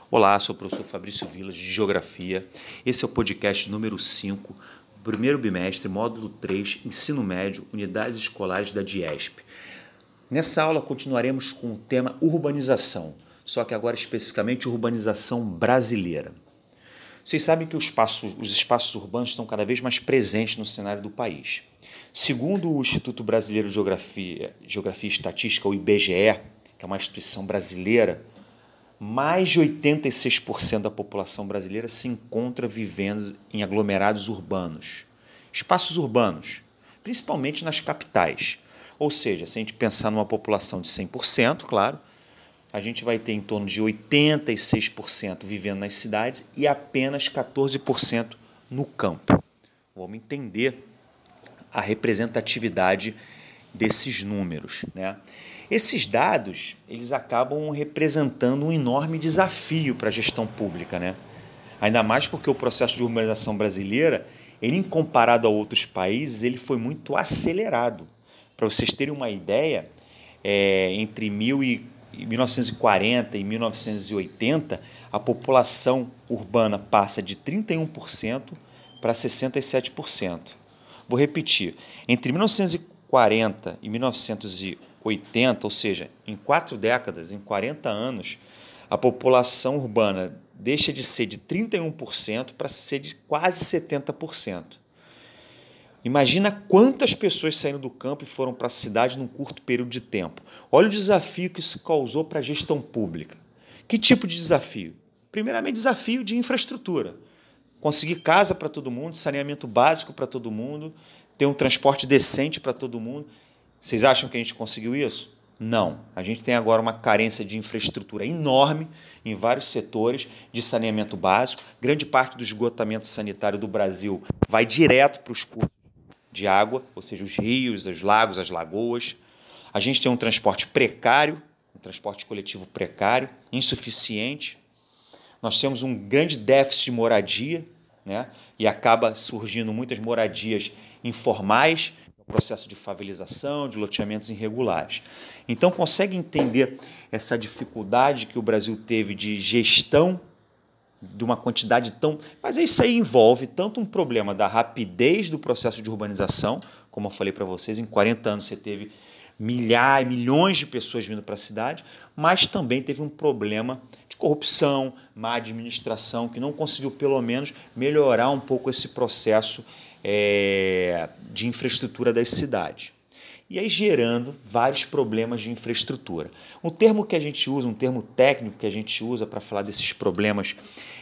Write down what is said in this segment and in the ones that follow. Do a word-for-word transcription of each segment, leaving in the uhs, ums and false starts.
Olá, sou o professor Fabrício Vilas, de Geografia. Esse é o podcast número cinco, primeiro bimestre, módulo três, Ensino Médio, Unidades Escolares da DIESP. Nessa aula continuaremos com o tema urbanização, só que agora especificamente urbanização brasileira. Vocês sabem que os espaços, os espaços urbanos estão cada vez mais presentes no cenário do país. Segundo o Instituto Brasileiro de Geografia, Geografia e Estatística, o I B G E, que é uma instituição brasileira, mais de oitenta e seis por cento da população brasileira se encontra vivendo em aglomerados urbanos, espaços urbanos, principalmente nas capitais. Ou seja, se a gente pensar numa população de cem por cento, claro, a gente vai ter em torno de oitenta e seis por cento vivendo nas cidades e apenas quatorze por cento no campo. Vamos entender a representatividade desses números, né? Esses dados, eles acabam representando um enorme desafio para a gestão pública, né? Ainda mais porque o processo de urbanização brasileira, ele, comparado a outros países, ele foi muito acelerado. Para vocês terem uma ideia, é, entre mil e, mil novecentos e quarenta e mil novecentos e oitenta, a população urbana passa de trinta e um por cento para sessenta e sete por cento. Vou repetir, entre mil novecentos e quarenta e mil novecentos e oitenta, ou seja, em quatro décadas, em quarenta anos, a população urbana deixa de ser de trinta e um por cento para ser de quase setenta por cento. Imagina quantas pessoas saíram do campo e foram para a cidade num curto período de tempo. Olha o desafio que isso causou para a gestão pública. Que tipo de desafio? Primeiramente, desafio de infraestrutura. Conseguir casa para todo mundo, saneamento básico para todo mundo, ter um transporte decente para todo mundo. Vocês acham que a gente conseguiu isso? Não. A gente tem agora uma carência de infraestrutura enorme em vários setores de saneamento básico. Grande parte do esgotamento sanitário do Brasil vai direto para os cursos de água, ou seja, os rios, os lagos, as lagoas. A gente tem um transporte precário, um transporte coletivo precário, insuficiente. Nós temos um grande déficit de moradia, né? E acaba surgindo muitas moradias informais, no processo de favelização, de loteamentos irregulares. Então, consegue entender essa dificuldade que o Brasil teve de gestão de uma quantidade tão... Mas isso aí envolve tanto um problema da rapidez do processo de urbanização, como eu falei para vocês, em quarenta anos você teve milhares, milhões de pessoas vindo para a cidade, mas também teve um problema de corrupção, má administração, que não conseguiu, pelo menos, melhorar um pouco esse processo é, de infraestrutura das cidades. E aí gerando vários problemas de infraestrutura. Um termo que a gente usa, um termo técnico que a gente usa para falar desses problemas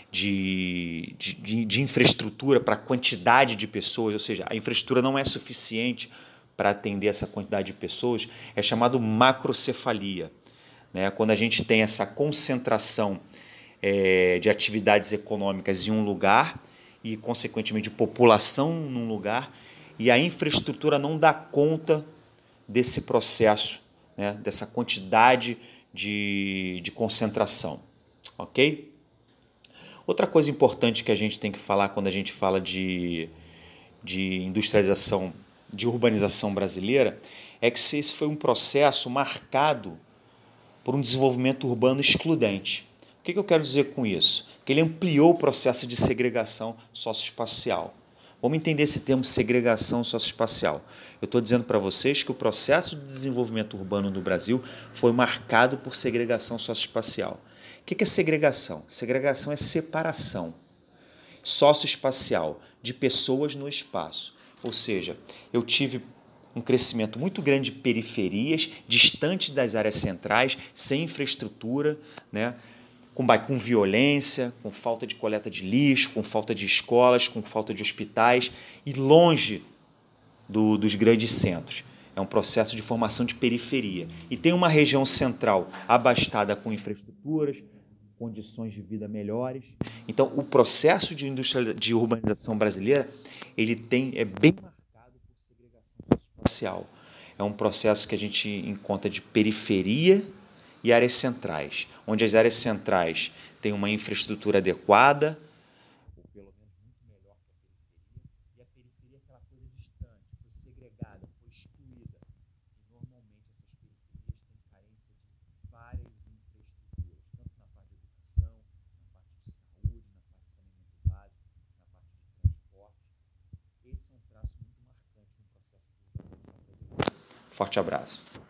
de, de, de infraestrutura para a quantidade de pessoas, ou seja, a infraestrutura não é suficiente para atender essa quantidade de pessoas, é chamado macrocefalia. Né? Quando a gente tem essa concentração é, de atividades econômicas em um lugar e, consequentemente, de população num lugar, e a infraestrutura não dá conta desse processo, né? Dessa quantidade de, de concentração. Ok? Outra coisa importante que a gente tem que falar quando a gente fala de, de industrialização, de urbanização brasileira, é que esse foi um processo marcado por um desenvolvimento urbano excludente. O que eu quero dizer com isso? Que ele ampliou o processo de segregação socioespacial. Vamos entender esse termo segregação socioespacial. Eu estou dizendo para vocês que o processo de desenvolvimento urbano no Brasil foi marcado por segregação socioespacial. O que é segregação? Segregação é separação socioespacial de pessoas no espaço. Ou seja, eu tive um crescimento muito grande de periferias, distantes das áreas centrais, sem infraestrutura, né? com, com violência, com falta de coleta de lixo, com falta de escolas, com falta de hospitais e longe do, dos grandes centros. É um processo de formação de periferia. E tem uma região central abastada com infraestruturas, condições de vida melhores. Então, o processo de, indústria, de urbanização brasileira ele tem, é bem marcado por segregação espacial. É um processo que a gente encontra de periferia e áreas centrais, onde as áreas centrais têm uma infraestrutura adequada, ou pelo menos muito melhor que a periferia, e a periferia é aquela coisa distante, foi segregada, foi excluída. E normalmente essas periferias têm carência de várias infraestruturas, tanto na parte de educação, Forte abraço.